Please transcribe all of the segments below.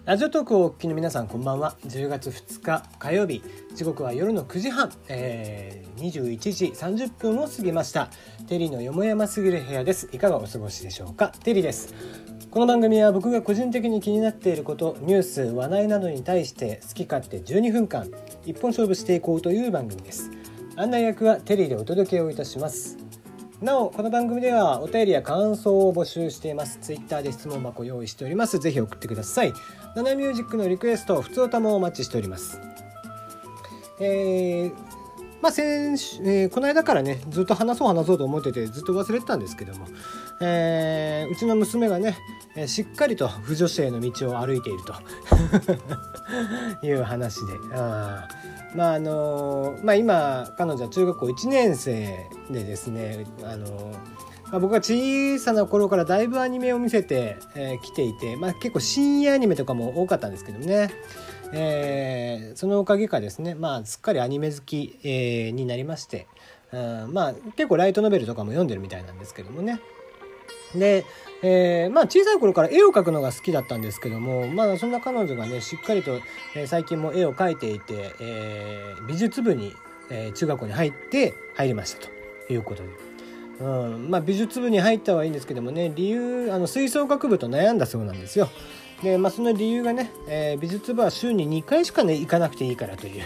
ラジオトークをお聞きの皆さん、こんばんは。10月2日火曜日、時刻は夜の9時半、21時30分を過ぎました。テリーのよもやますぎる部屋です。いかがお過ごしでしょうか。テリーです。この番組は僕が個人的に気になっていること、ニュース、話題などに対して好き勝手12分間一本勝負していこうという番組です。案内役はテリーでお届けをいたします。なお、この番組ではお便りや感想を募集しています。ツイッターで質問箱を用意しております。ぜひ送ってください。ナナミュージックのリクエスト、普通歌もお待ちしております。先週、この間からね、ずっと話そうと思っててずっと忘れてたんですけども、うちの娘がね、しっかりと腐女子への道を歩いているという話で、今彼女は中学校1年生でですね、僕が小さな頃からだいぶアニメを見せてきていて、結構深夜アニメとかも多かったんですけどね、そのおかげかですね、すっかりアニメ好き、になりまして、結構ライトノベルとかも読んでるみたいなんですけどもね。で、小さい頃から絵を描くのが好きだったんですけども、そんな彼女がね、しっかりと、最近も絵を描いていて、美術部に、中学校に入りましたということで、美術部に入ったはいいんですけどもね、理由吹奏楽部と悩んだそうなんですよ。で、その理由がね、美術部は週に2回しかね行かなくていいからという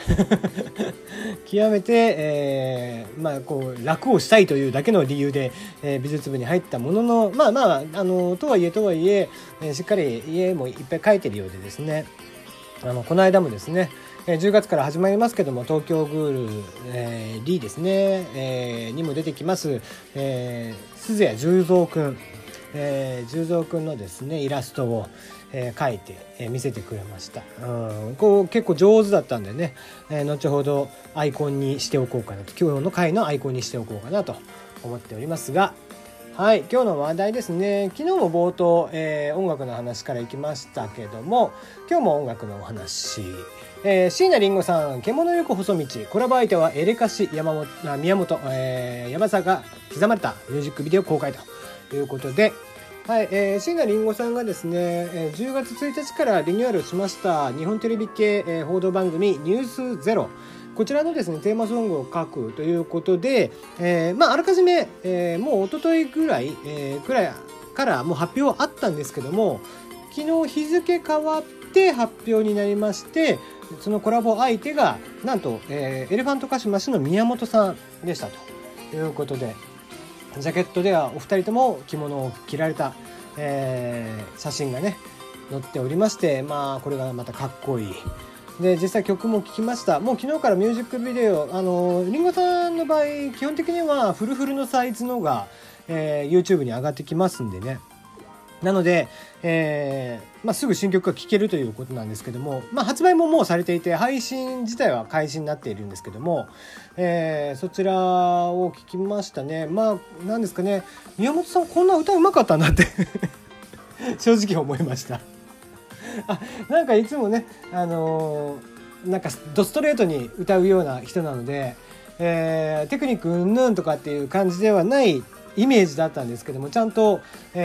極めて、こう楽をしたいというだけの理由で、美術部に入ったものの、とはいえ、しっかり家もいっぱい描いてるようでですね、この間もですね、10月から始まりますけども、東京グール、リーですね、にも出てきます、鈴谷十三くん、十三くんのですねイラストを、描いて、見せてくれました。結構上手だったんでね、後ほどアイコンにしておこうかなと、今日の回のアイコンにしておこうかなと思っておりますが、はい、今日の話題ですね。昨日も冒頭、音楽の話からいきましたけども、今日も音楽のお話、椎名林檎さん、獣よく細道、コラボ相手はエレカシ宮本、山沢が刻まれたミュージックビデオ公開ということで、はい、椎名林檎さんがですね、10月1日からリニューアルしました日本テレビ系、報道番組ニュースゼロ、こちらのですねテーマソングを書くということで、あらかじめ、もう一昨日ぐらい、くらいからもう発表あったんですけども、昨日日付変わって発表になりまして、そのコラボ相手がなんと、エレファントカシマシの宮本さんでしたということで、ジャケットではお二人とも着物を着られた、写真がね載っておりまして、これがまたかっこいいで、実際曲も聴きました。もう昨日からミュージックビデオ、りんごさんの場合基本的にはフルフルのサイズのが、YouTube に上がってきますんでね、なので、すぐ新曲が聴けるということなんですけども、発売ももうされていて、配信自体は開始になっているんですけども、そちらを聴きましたね。なんですかね、宮本さんこんな歌うまかったんだって正直思いましたなんかいつもね、なんかドストレートに歌うような人なので、テクニックうんぬんとかっていう感じではないイメージだったんですけども、ちゃんと、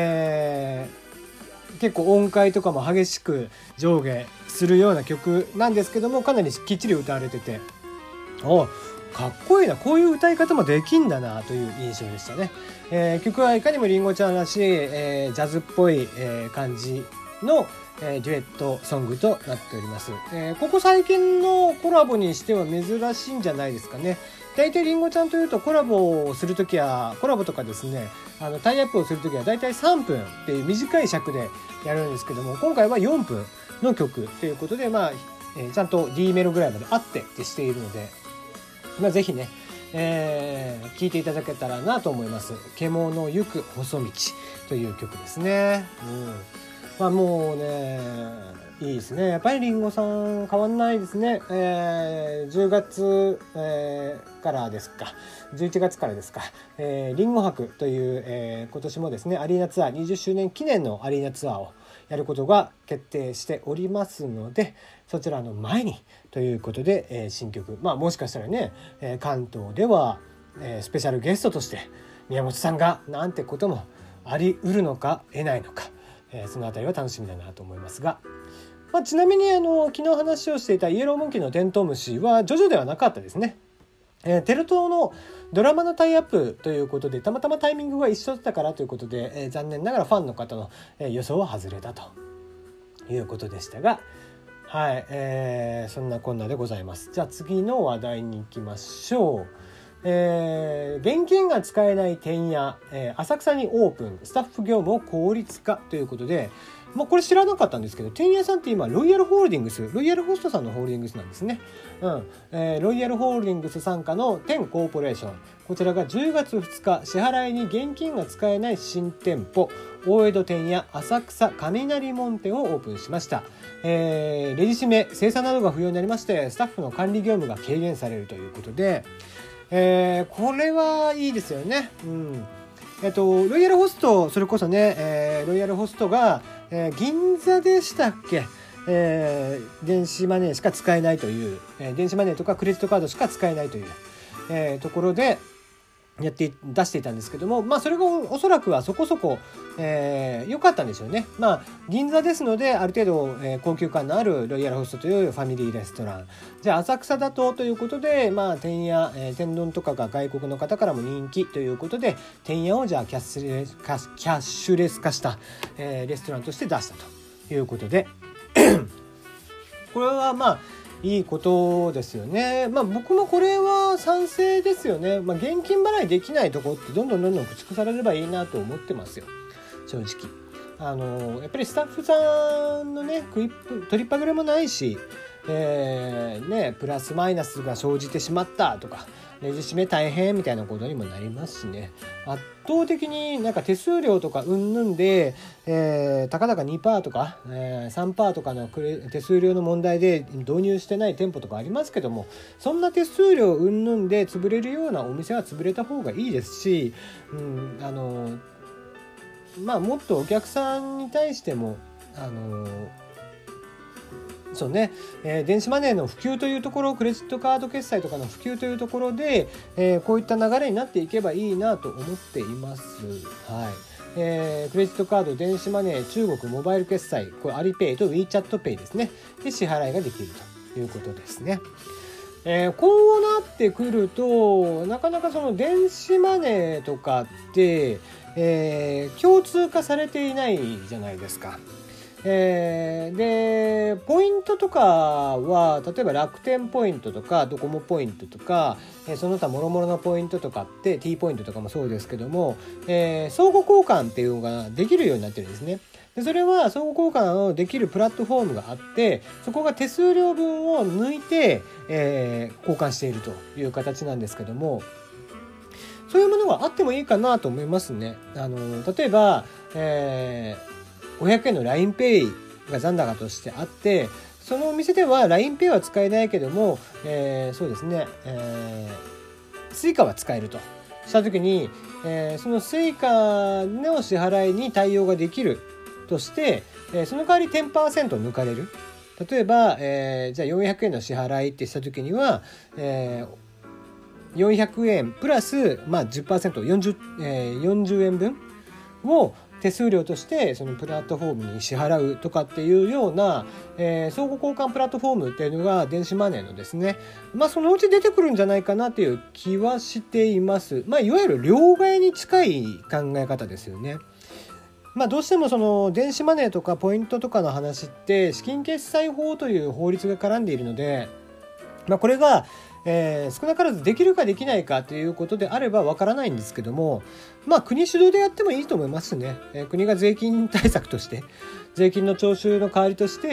結構音階とかも激しく上下するような曲なんですけども、かなりきっちり歌われてて、かっこいいな、こういう歌い方もできんだなという印象でしたね。曲はいかにもりんごちゃんらしい、ジャズっぽい、感じの、デュエットソングとなっております。ここ最近のコラボにしては珍しいんじゃないですかね。大体りんごちゃんというとコラボをするときは、コラボとかですね、タイアップをするときは大体3分っていう短い尺でやるんですけども、今回は4分の曲ということで、ちゃんと D メロぐらいまであってしているので、ぜひね、聴いていただけたらなと思います。獣ゆく細道という曲ですね。もうね、いいですね。やっぱりりんごさん変わんないですね。10月、からですか、11月からですか、りんご博という、今年もですねアリーナツアー20周年記念のアリーナツアーをやることが決定しておりますので、そちらの前にということで、新曲、もしかしたらね、関東では、スペシャルゲストとして宮本さんがなんてこともありうるのか得ないのか、 そのあたりは楽しみだなと思いますが、ちなみに昨日話をしていたイエローモンキーのテントウムシはジョジョではなかったですね。テレ東のドラマのタイアップということで、たまたまタイミングが一緒だったからということで、残念ながらファンの方の、予想は外れたということでしたが、はい、そんなこんなでございます。じゃあ次の話題に行きましょう。現金が使えない店屋、浅草にオープン、スタッフ業務を効率化ということで、これ知らなかったんですけど、店屋さんって今ロイヤルホールディングス、ロイヤルホストさんのホールディングスなんですね。ロイヤルホールディングス傘下のテンコーポレーション、こちらが10月2日支払いに現金が使えない新店舗大江戸店屋浅草雷門店をオープンしました。レジ締め精査などが不要になりまして、スタッフの管理業務が軽減されるということで、これはいいですよね。ロイヤルホスト、それこそね、ロイヤルホストが、銀座でしたっけ、電子マネーしか使えないという、電子マネーとかクレジットカードしか使えないという、ところで出していたんですけども、それがおそらくはそこそこ良かったんでしょうね。銀座ですのである程度、高級感のあるロイヤルホストというファミリーレストラン、じゃあ浅草だということで、店屋、天丼とかが外国の方からも人気ということで、店屋をじゃあキャッシュレス化した、レストランとして出したということでこれはいいことですよね。僕もこれは賛成ですよね。現金払いできないところってどんどん駆逐されればいいなと思ってますよ、正直。やっぱりスタッフさんのね取りっぱぐれもないし、プラスマイナスが生じてしまったとか、レジ締め大変みたいなことにもなりますしね。圧倒的に手数料とかうんぬんで、たかだか 2% とか、3% とかの手数料の問題で導入してない店舗とかありますけども、そんな手数料うんぬんで潰れるようなお店は潰れた方がいいですし、もっとお客さんに対してもそうね、電子マネーの普及というところ、クレジットカード決済とかの普及というところで、こういった流れになっていけばいいなと思っています。クレジットカード、電子マネー、中国モバイル決済、これアリペイと WeChatPay ですね。で支払いができるということですね。こうなってくると、なかなかその電子マネーとかって、共通化されていないじゃないですか。でポイントとかは例えば楽天ポイントとかドコモポイントとか、その他諸々のポイントとかって T ポイントとかもそうですけども、相互交換っていうのができるようになってるんですね。でそれは相互交換をできるプラットフォームがあって、そこが手数料分を抜いて、交換しているという形なんですけども、そういうものがあってもいいかなと思いますね。例えば、500円の LINEPay が残高としてあって、そのお店では LINEPay は使えないけども、そうですね、Suica は使えるとした時に、その Suica の支払いに対応ができるとして、その代わり 10% 抜かれる。例えば、じゃあ400円の支払いってした時には、400円プラス、10%40 円分を手数料としてそのプラットフォームに支払うとかっていうような、相互交換プラットフォームっていうのが電子マネーのですね、そのうち出てくるんじゃないかなっていう気はしています。いわゆる両替に近い考え方ですよね。どうしてもその電子マネーとかポイントとかの話って資金決済法という法律が絡んでいるので、これが少なからずできるかできないかということであればわからないんですけども、国主導でやってもいいと思いますね。国が税金対策として税金の徴収の代わりとして、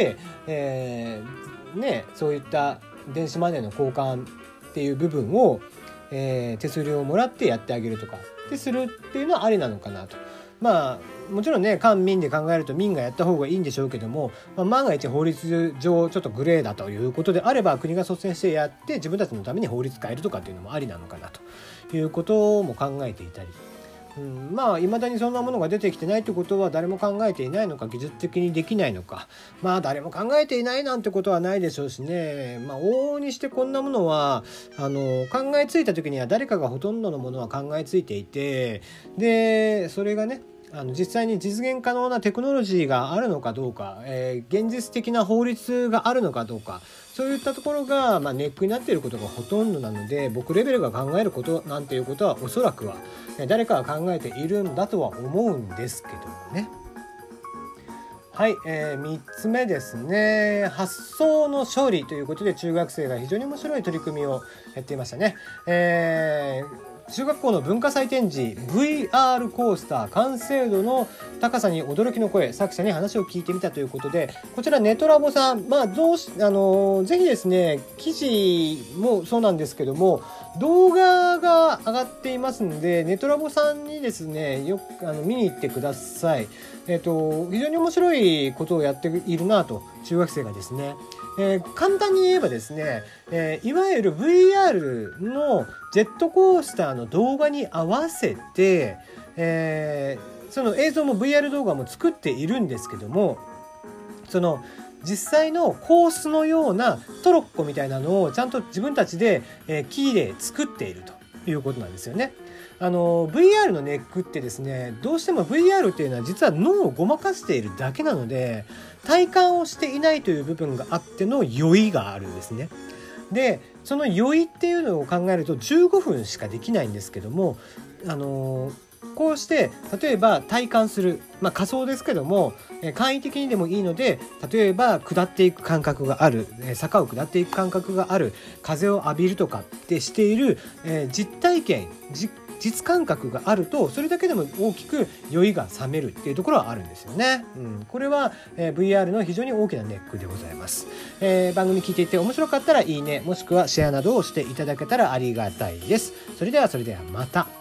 そういった電子マネーの交換っていう部分を、手数料をもらってやってあげるとかってするっていうのはありなのかなと。もちろんね、官民で考えると民がやった方がいいんでしょうけども、万が一法律上ちょっとグレーだということであれば、国が率先してやって自分たちのために法律変えるとかっていうのもありなのかなということも考えていたり、未だにそんなものが出てきてないということは誰も考えていないのか、技術的にできないのか、誰も考えていないなんてことはないでしょうしね。往々にしてこんなものは考えついた時には誰かがほとんどのものは考えついていて、でそれがね実際に実現可能なテクノロジーがあるのかどうか、現実的な法律があるのかどうか、そういったところが、ネックになっていることがほとんどなので、僕レベルが考えることなんていうことはおそらくは誰かが考えているんだとは思うんですけどもね。はい、3つ目ですね。発想の勝利ということで、中学生が非常に面白い取り組みをやっていましたね。中学校の文化祭展示 VR コースター完成度の高さに驚きの声、作者に話を聞いてみたということで、こちらネトラボさん、ぜひですね、記事もそうなんですけども、動画が上がっていますので、ネトラボさんにですね、よく見に行ってください。非常に面白いことをやっているなと、中学生がですね。簡単に言えばですね、いわゆる VR のジェットコースターの動画に合わせて、その映像も VR 動画も作っているんですけども、その実際のコースのようなトロッコみたいなのをちゃんと自分たちで、キーで作っているということなんですよね。VR のネックってですね、どうしても VR っていうのは実は脳をごまかしているだけなので、体感をしていないという部分があっての酔いがあるんですね。で、その酔いっていうのを考えると15分しかできないんですけども、こうして例えば体感する、仮想ですけども、簡易的にでもいいので、例えば下っていく感覚がある、坂を下っていく感覚がある、風を浴びるとかってしている、実体験、実感覚があると、それだけでも大きく酔いが冷めるっていうところはあるんですよね。これは、VR の非常に大きなネックでございます。番組聞いていて面白かったらいいね、もしくはシェアなどをしていただけたらありがたいです。それではまた。